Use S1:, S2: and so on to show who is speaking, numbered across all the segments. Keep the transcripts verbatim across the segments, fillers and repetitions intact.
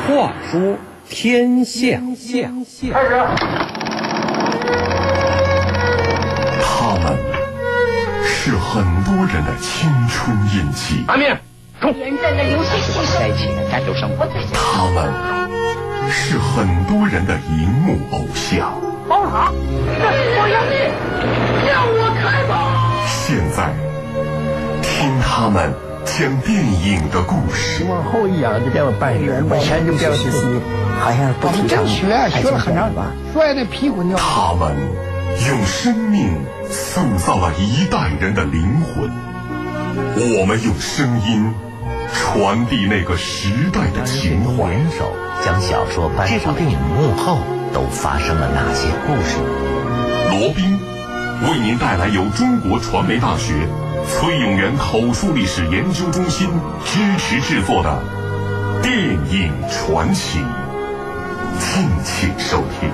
S1: 话说天下，
S2: 开始。
S3: 他们是很多人的青春印记。
S2: 阿面，冲！
S4: 别人在那流血牺牲，
S5: 在一起的战斗生活。
S3: 他们是很多人的荧幕偶像。
S2: 包塔，我要你，让我开吧！
S3: 现在，听他们讲电影的故事。
S5: 往后一仰就变成半人，本身就变成自好像不提倡。
S6: 学学了很长吧，摔那屁股尿。
S3: 他们用生命塑造了一代人的灵魂，我们用声音传递那个时代的情怀。
S7: 联手将小说搬上电影幕后都发生了哪些故事？
S3: 罗宾为您带来由中国传媒大学崔永元口述历史研究中心支持制作的电影传奇，敬请收听。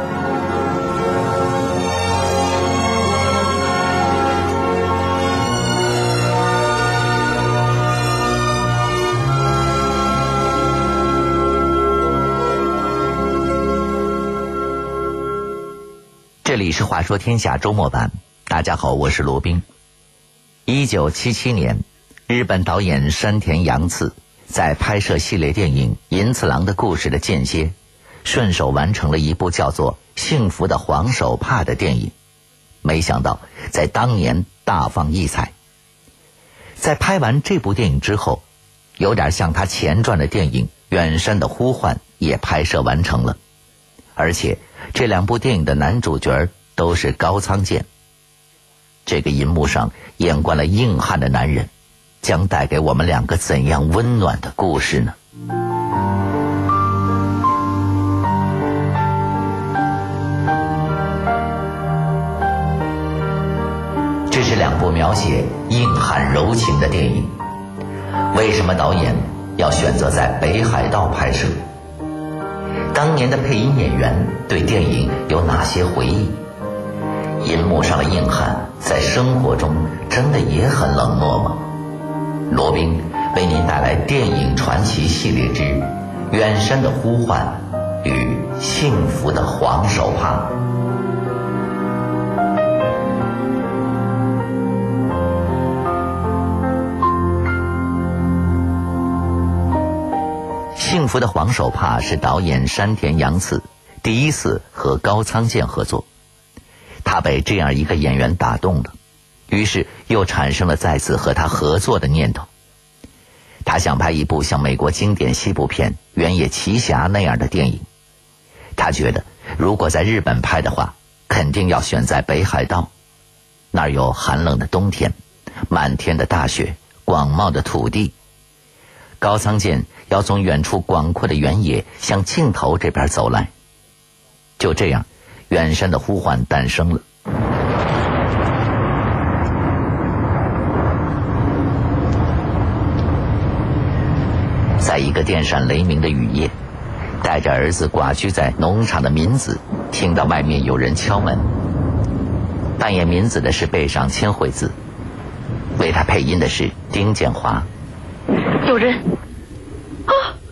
S7: 这里是话说天下周末版，大家好，我是罗宾。一九七七年，日本导演山田洋次在拍摄系列电影《银次郎的故事》的间歇，顺手完成了一部叫做《幸福的黄手帕》的电影，没想到在当年大放异彩。在拍完这部电影之后，有点像他前传的电影《远山的呼唤》也拍摄完成了，而且这两部电影的男主角都是高仓健。这个银幕上演惯了硬汉的男人，将带给我们两个怎样温暖的故事呢？这是两部描写硬汉柔情的电影，为什么导演要选择在北海道拍摄？当年的配音演员对电影有哪些回忆？银幕上的硬汉在生活中真的也很冷漠吗？罗宾为您带来电影传奇系列之《远山的呼唤》与《幸福的黄手帕》。幸福的黄手帕是导演山田洋次第一次和高仓健合作，他被这样一个演员打动了，于是又产生了再次和他合作的念头。他想拍一部像美国经典西部片《原野奇侠》那样的电影，他觉得如果在日本拍的话，肯定要选在北海道，那儿有寒冷的冬天，满天的大雪，广袤的土地。高仓健要从远处广阔的原野向镜头这边走来。就这样，远山的呼唤诞生了。在一个电闪雷鸣的雨夜，带着儿子寡居在农场的民子听到外面有人敲门。扮演民子的是背上千惠子，为他配音的是丁建华。
S4: 有人啊！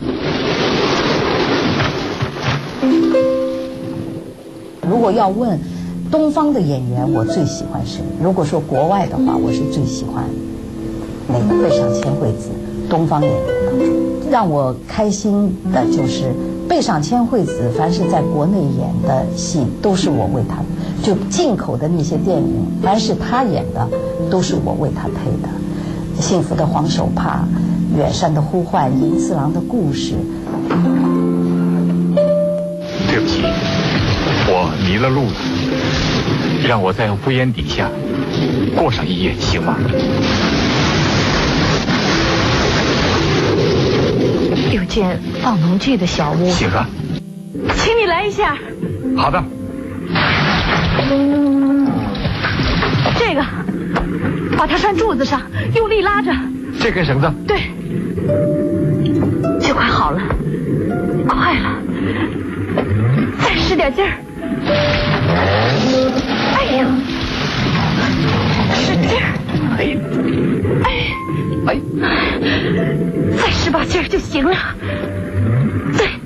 S8: 如果要问东方的演员我最喜欢谁，如果说国外的话，我是最喜欢那个背上千惠子，东方演员的。让我开心的就是背上千惠子凡是在国内演的戏都是我为她，就进口的那些电影凡是她演的都是我为她配的。幸福的黄手帕，远山的呼唤，银次郎的故事。
S9: 对不起，我迷了路了，让我在屋檐底下过上一夜行吗？
S4: 有间放农具的小屋。
S9: 行啊，
S4: 请你来一下。
S9: 好的。
S4: 这个把它拴柱子上，用力拉着。
S9: 这根绳子？
S4: 对，就快好了，快了，再使点劲儿。哎呀，使劲儿！哎哎哎，再使把劲儿就行了。再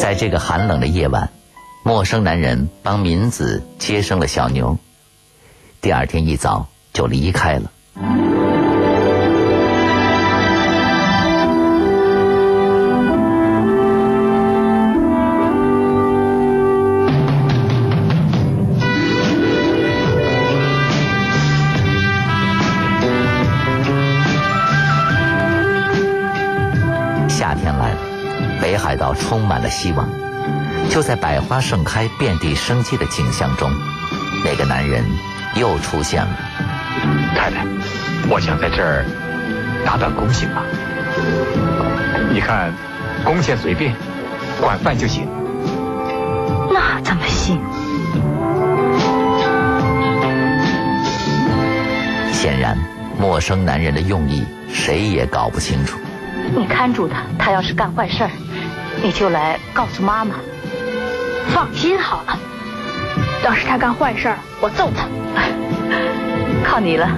S7: 在这个寒冷的夜晚，陌生男人帮民子接生了小牛，第二天一早就离开了。夏天来了，北海道充满了希望。就在百花盛开、遍地生机的景象中，那个男人又出现了。
S9: 太太，我想在这儿打打工行吗？你看，工钱随便，管饭就行。
S4: 那怎么行？
S7: 显然，陌生男人的用意谁也搞不清楚。
S4: 你看住他，他要是干坏事儿，你就来告诉妈妈。放心好了，
S2: 要是他干坏事儿，我揍他。
S4: 靠你了。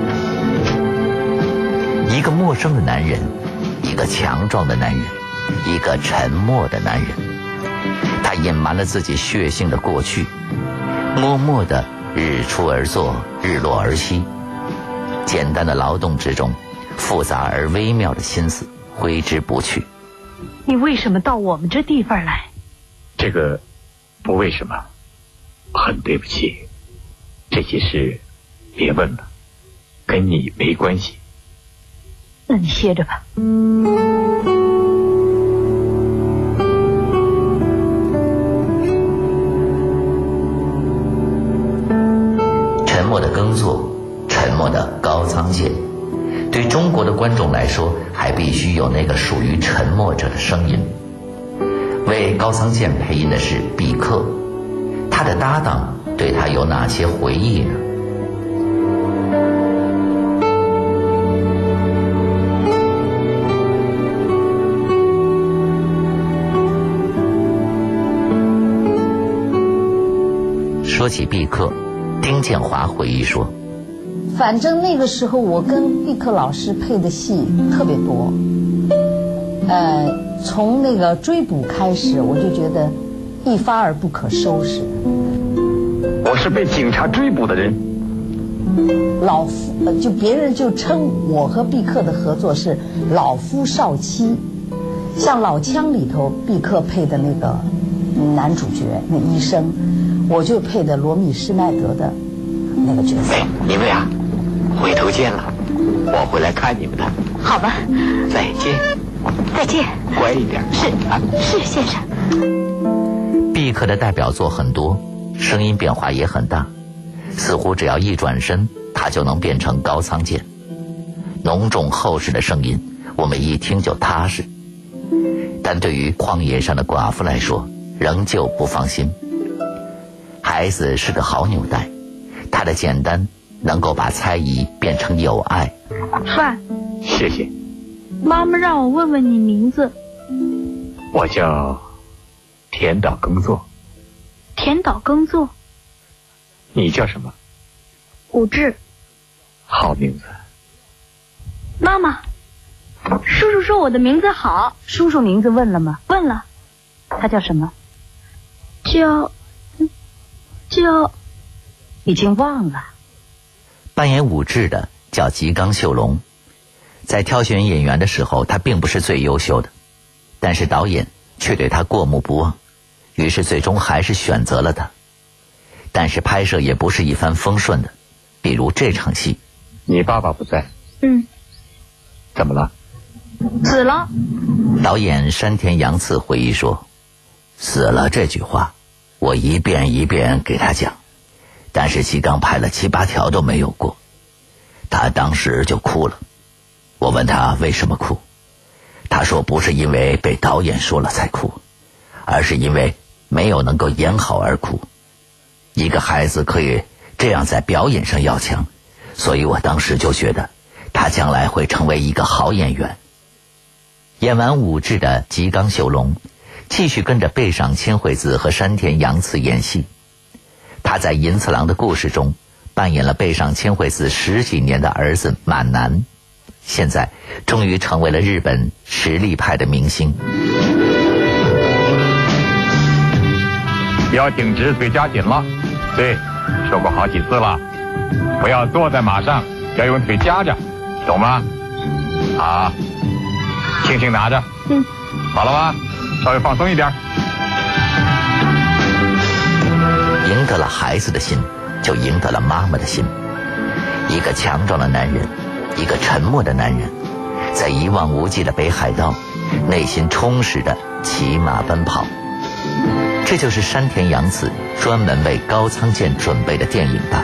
S7: 一个陌生的男人，一个强壮的男人，一个沉默的男人。他隐瞒了自己血性的过去，默默地日出而作，日落而息。简单的劳动之中，复杂而微妙的心思挥之不去。
S4: 你为什么到我们这地方来？
S9: 这个不为什么，很对不起，这些事别问了，跟你没关系。
S4: 那你歇着吧。
S7: 沉默的耕作，沉默的高仓健。对中国的观众来说，还必须有那个属于沉默者的声音。为高仓健配音的是毕克，他的搭档对他有哪些回忆呢？说起毕克，丁建华回忆说，
S8: 反正那个时候我跟毕克老师配的戏特别多，呃，从那个追捕开始，我就觉得一发而不可收拾。
S9: 我是被警察追捕的人。
S8: 老夫，就别人就称我和毕克的合作是老夫少妻。像老枪里头，毕克配的那个男主角那医生，我就配的罗密施耐德的那个角色。
S9: 哎，你们俩回头见了，我会来看你们的。
S4: 好吧，
S9: 再见。
S4: 再见。
S9: 乖一点。
S4: 是
S9: 啊，
S4: 是先生。
S7: 毕克的代表作很多，声音变化也很大，似乎只要一转身，他就能变成高仓健。浓重厚实的声音，我们一听就踏实。但对于旷野上的寡妇来说，仍旧不放心。孩子是个好纽带，他的简单能够把猜疑变成友爱。
S2: 饭，
S9: 谢谢。
S2: 妈妈让我问问你名字。
S9: 我叫田岛耕作。
S2: 田岛耕作。
S9: 你叫什么？
S2: 武志。
S9: 好名字。
S2: 妈妈，叔叔说我的名字好。
S4: 叔叔名字问了吗？
S2: 问了。
S4: 他叫什么？
S2: 叫叫
S4: 已经忘了。
S7: 扮演武志的叫吉冈秀隆。在挑选演员的时候，他并不是最优秀的，但是导演却对他过目不忘，于是最终还是选择了他。但是拍摄也不是一帆风顺的，比如这场戏。
S9: 你爸爸不在。
S2: 嗯。
S9: 怎么了？
S2: 死了。
S7: 导演山田洋次回忆说，死了这句话我一遍一遍给他讲，但是吉冈拍了七八条都没有过，他当时就哭了。我问他为什么哭，他说不是因为被导演说了才哭，而是因为没有能够演好而哭。一个孩子可以这样在表演上要强，所以我当时就觉得他将来会成为一个好演员。演完武志的吉冈秀隆继续跟着背上千惠子和山田洋次演戏。他在银次郎的故事中扮演了背上千惠子十几年的儿子满男，现在终于成为了日本实力派的明星。
S9: 要挺直，腿夹紧了。对，说过好几次了，不要坐在马上，要用腿夹着，懂吗？好，轻轻拿着。嗯，好了吧？稍微放松一点。
S7: 赢得了孩子的心，就赢得了妈妈的心。一个强壮的男人，一个沉默的男人，在一望无际的北海道，内心充实的骑马奔跑。这就是山田洋次专门为高仓健准备的电影吧。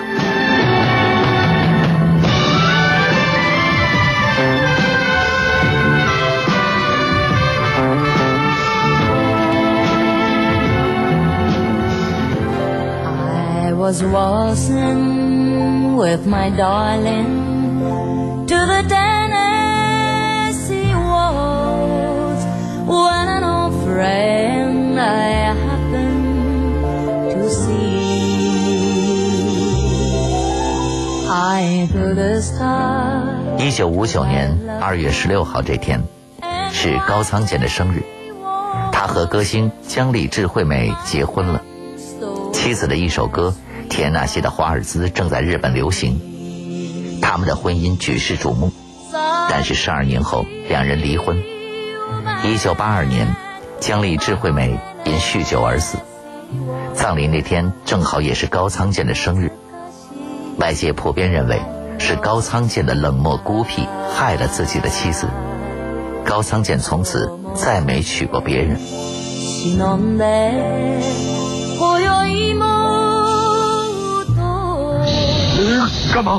S10: I was waltzing with my darling to the Tennessee waltz when an old friend I happened to see. I could have started.
S7: 一九五九年二月十六号这天，是高仓健的生日，他和歌星江里智惠美结婚了。妻子的一首歌《田纳西的华尔兹》正在日本流行，他们的婚姻举世瞩目。但是十二年后，两人离婚。一九八二年，江里智惠美因酗酒而死。葬礼那天正好也是高仓健的生日，外界普遍认为是高仓健的冷漠孤僻害了自己的妻子。高仓健从此再没娶过别人。
S9: 干嘛？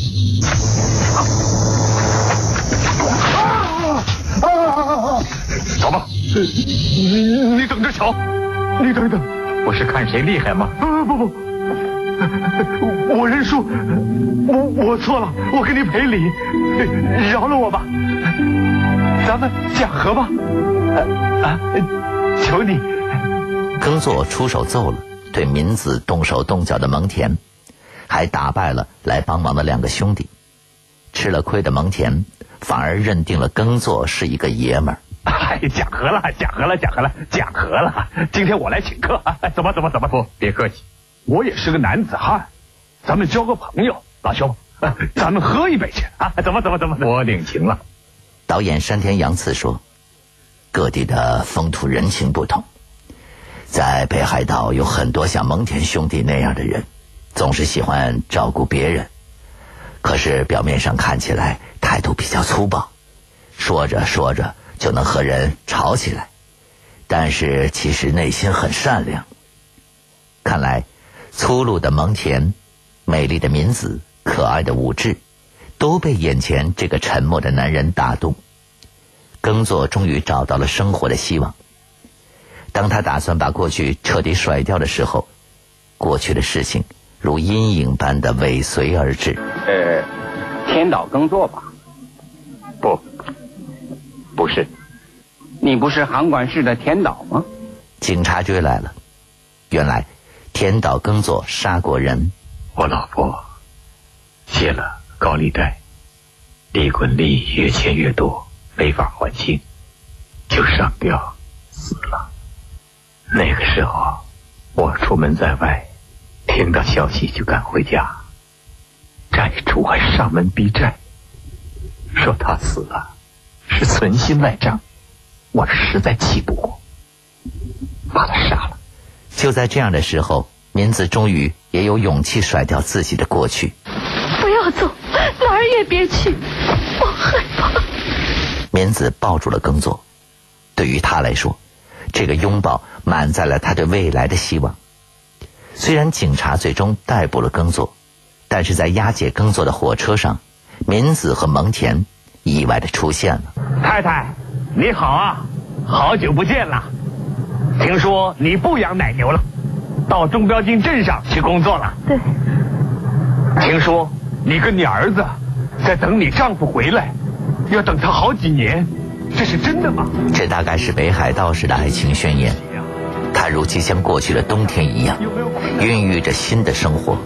S9: 走吧，你等着瞧，你等等，不是看谁厉害吗？不不不，我认输，我我错了，我给你赔礼，饶了我吧，咱们讲和吧，啊，求你。
S7: 耕作出手揍了对民子动手动脚的蒙恬，还打败了来帮忙的两个兄弟。吃了亏的蒙恬反而认定了耕作是一个爷们儿。
S9: 哎，讲和了，讲和了，讲和了，讲和了。今天我来请客，怎么怎么怎么？不，别客气，我也是个男子汉，咱们交个朋友，老兄，咱们喝一杯去啊！怎么怎么怎么？我领情了。
S7: 导演山田洋次说，各地的风土人情不同，在北海道有很多像蒙恬兄弟那样的人，总是喜欢照顾别人，可是表面上看起来态度比较粗暴，说着说着就能和人吵起来，但是其实内心很善良。看来粗鲁的蒙恬、美丽的民子、可爱的武志都被眼前这个沉默的男人打动。耕作终于找到了生活的希望。当他打算把过去彻底甩掉的时候，过去的事情如阴影般的尾随而至。
S11: 呃，天岛耕作吧？
S9: 不，不是。
S11: 你不是函馆市的天岛吗？
S7: 警察追来了，原来天岛耕作杀过人。
S9: 我老婆借了高利贷，利滚利越欠越多，没法还清，就上吊死了。那个时候我出门在外，听到消息就赶回家，债主还上门逼债，说他死了是存心赖账，我实在气不过，把他杀了。
S7: 就在这样的时候，民子终于也有勇气甩掉自己的过去。
S4: 不要走，哪儿也别去，我害怕。
S7: 民子抱住了耕作，对于他来说，这个拥抱满载了他对未来的希望。虽然警察最终逮捕了耕作，但是在押解耕作的火车上，民子和蒙恬意外的出现了。
S12: 太太，你好啊，好久不见了。听说你不养奶牛了，到中标津镇上去工作了。
S4: 对。
S12: 听说你跟你儿子在等你丈夫回来，要等他好几年，这是真的吗？
S7: 这大概是北海道式的爱情宣言，它如即将过去的冬天一样，孕育着新的生活。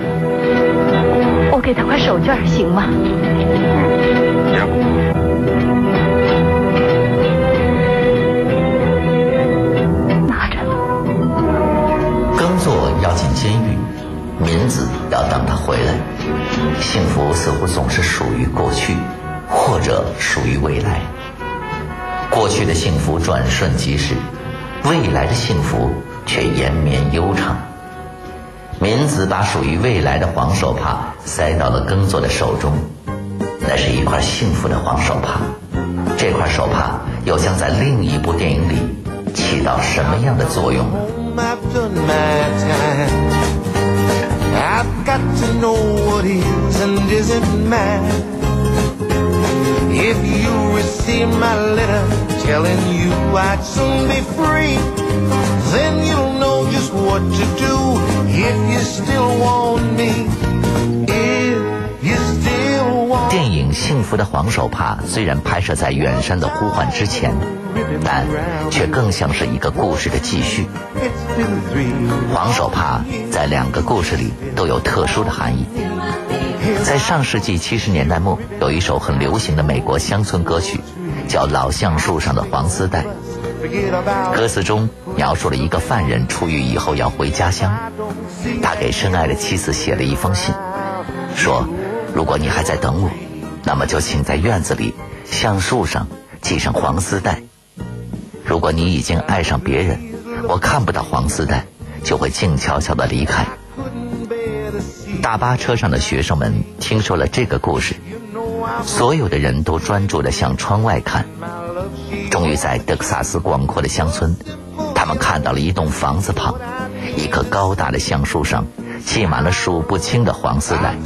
S4: 我给他块手绢行吗？拿着。
S7: 幸福似乎总是属于过去，或者属于未来。过去的幸福转瞬即逝，未来的幸福却延绵悠长。民子把属于未来的黄手帕塞到了耕作的手中，那是一块幸福的黄手帕。这块手帕又将在另一部电影里起到什么样的作用呢？
S13: I've got to know what is and isn't mine. If you receive my letter telling you I'd soon be free, then you'll know just what to do if you still want me. If you still want me.
S7: 电影《幸福的黄手帕》虽然拍摄在远山的呼唤之前，但却更像是一个故事的继续。黄手帕在两个故事里都有特殊的含义。在上世纪七十年代末，有一首很流行的美国乡村歌曲，叫《老橡树上的黄丝带》。歌词中描述了一个犯人出狱以后要回家乡，他给深爱的妻子写了一封信，说如果你还在等我，那么就请在院子里橡树上系上黄丝带。如果你已经爱上别人，我看不到黄丝带，就会静悄悄地离开。大巴车上的学生们听说了这个故事，所有的人都专注地向窗外看。终于在德克萨斯广阔的乡村，他们看到了一栋房子旁，一棵高大的橡树上系满了数不清的黄丝带。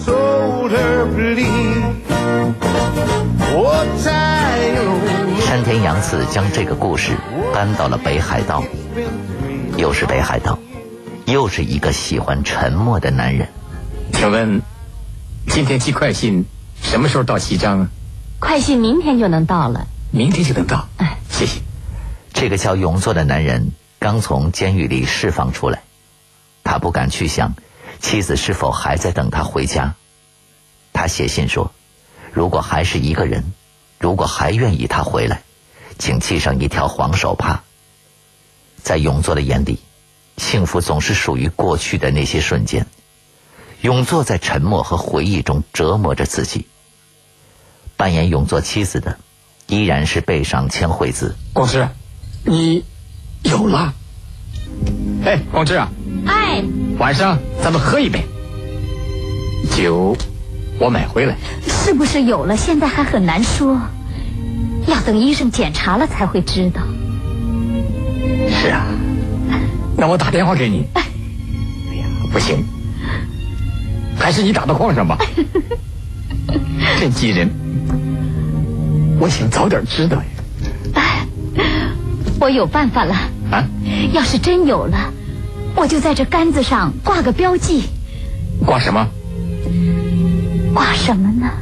S7: 山田洋次将这个故事搬到了北海道，又是北海道，又是一个喜欢沉默的男人。
S9: 请问今天寄快信什么时候到西藏啊？
S4: 快信明天就能到了。
S9: 明天就能到？
S4: 哎，
S9: 谢谢。
S7: 这个叫永作的男人刚从监狱里释放出来，他不敢去想妻子是否还在等他回家。他写信说，如果还是一个人，如果还愿意他回来，请系上一条黄手帕。在永作的眼里，幸福总是属于过去的那些瞬间。永作在沉默和回忆中折磨着自己。扮演永作妻子的依然是背上千惠子。
S9: 广志，你有了？哎，广志啊，
S4: 哎，
S9: 晚上咱们喝一杯。酒我买回来。
S4: 是不是有了？现在还很难说，要等医生检查了才会知道。
S9: 是啊，那我打电话给你。哎呀，不行，还是你打到矿上吧。真急人，我想早点知道呀。
S4: 哎，我有办法了啊！要是真有了，我就在这杆子上挂个标记。
S9: 挂什么？
S4: 挂什么呢？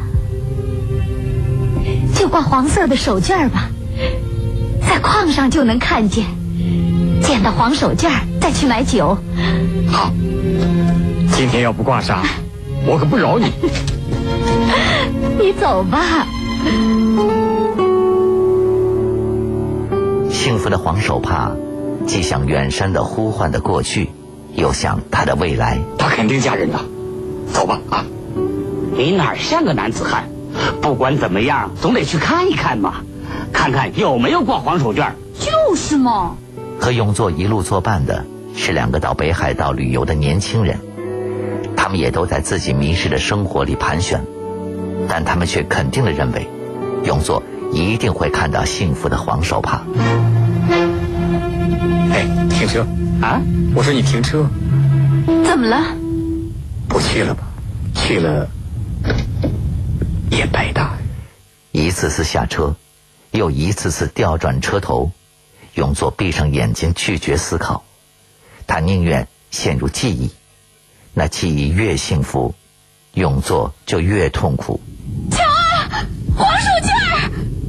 S4: 就挂黄色的手绢吧，在矿上就能看见。捡到黄手绢再去买酒。
S9: 好，今天要不挂上，我可不饶你。
S4: 你走吧。
S7: 幸福的黄手帕既想远山的呼唤的过去，又想他的未来。
S9: 他肯定嫁人了，走吧啊！
S11: 你哪像个男子汉？不管怎么样，总得去看一看嘛，看看有没有挂黄手绢。
S4: 就是嘛。
S7: 和永作一路作伴的是两个到北海道旅游的年轻人，他们也都在自己迷失的生活里盘旋，但他们却肯定地认为，永作一定会看到幸福的黄手帕。
S9: 哎，停车啊！我说你停车。
S4: 怎么了？
S9: 不去了吧？去了也白搭。
S7: 一次次下车，又一次次调转车头，永作闭上眼睛拒绝思考，他宁愿陷入记忆，那记忆越幸福，永作就越痛苦。
S4: 瞧啊，黄手绢！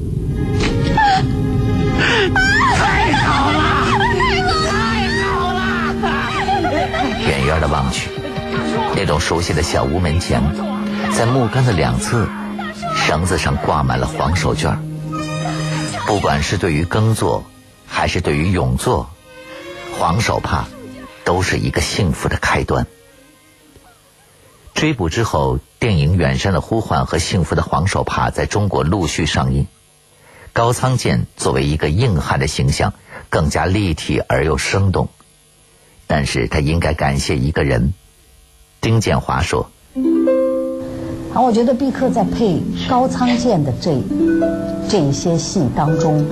S11: 太好了，太好了！
S7: 远远的望去，那栋熟悉的小屋门前，在木杆的两侧，绳子上挂满了黄手绢。不管是对于耕作还是对于永作，黄手帕都是一个幸福的开端。追捕之后， 电影《远山的呼唤》和《幸福的黄手帕》在中国陆续上映。高仓健作为一个硬汉的形象更加立体而又生动，但是他应该感谢一个人。丁建华说，
S8: 啊，我觉得毕克在配高仓健的这这一些戏当中，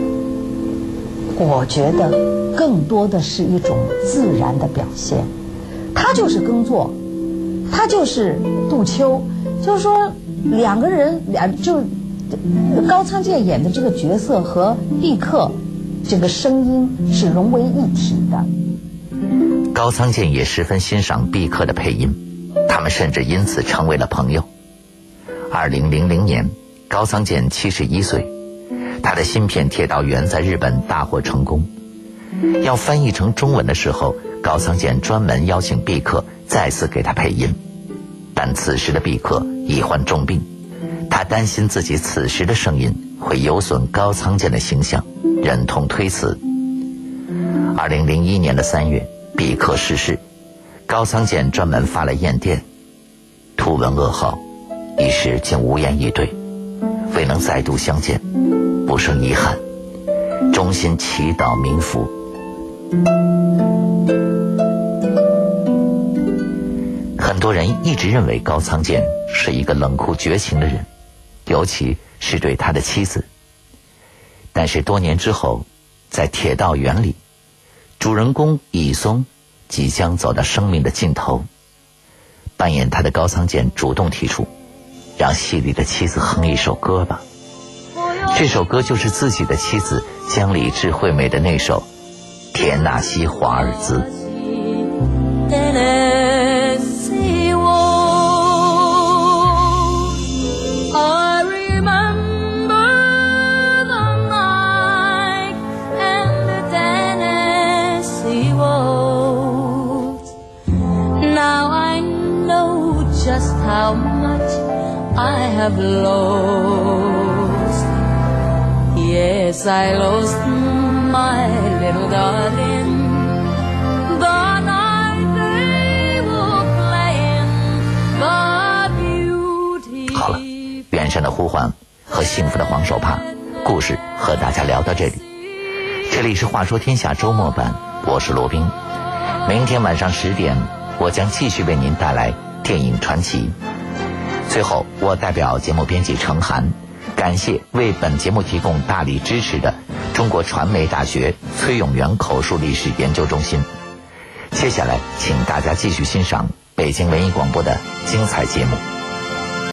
S8: 我觉得更多的是一种自然的表现。他就是耕作，他就是杜秋，就是说两个人两就高仓健演的这个角色和毕克这个声音是融为一体的。
S7: 高仓健也十分欣赏毕克的配音，他们甚至因此成为了朋友。二零零零年，高仓健七十一岁，他的新片《铁道员》在日本大获成功。要翻译成中文的时候，高仓健专门邀请毕克再次给他配音，但此时的毕克已患重病，他担心自己此时的声音会有损高仓健的形象，忍痛推辞。二零零一年的三月，毕克逝世，高仓健专门发了唁电，图文噩耗，一时竟无言以对，未能再度相见，不胜遗憾，衷心祈祷冥福。很多人一直认为高仓健是一个冷酷绝情的人，尤其是对他的妻子。但是多年之后，在《铁道员》里，主人公乙松即将走到生命的尽头，扮演他的高仓健主动提出，让戏里的妻子哼一首歌吧。这首歌就是自己的妻子江里智惠美的那首《田纳西华尔兹》。
S10: Just how much I have lost. Yes, I lost my little darling the night they were playing the beauty.
S7: 好了，远山的呼唤和幸福的黄手帕故事和大家聊到这里。这里是话说天下周末版，我是罗宾。明天晚上十点，我将继续为您带来电影传奇。最后，我代表节目编辑程涵，感谢为本节目提供大力支持的中国传媒大学崔永元口述历史研究中心。接下来，请大家继续欣赏北京文艺广播的精彩节目。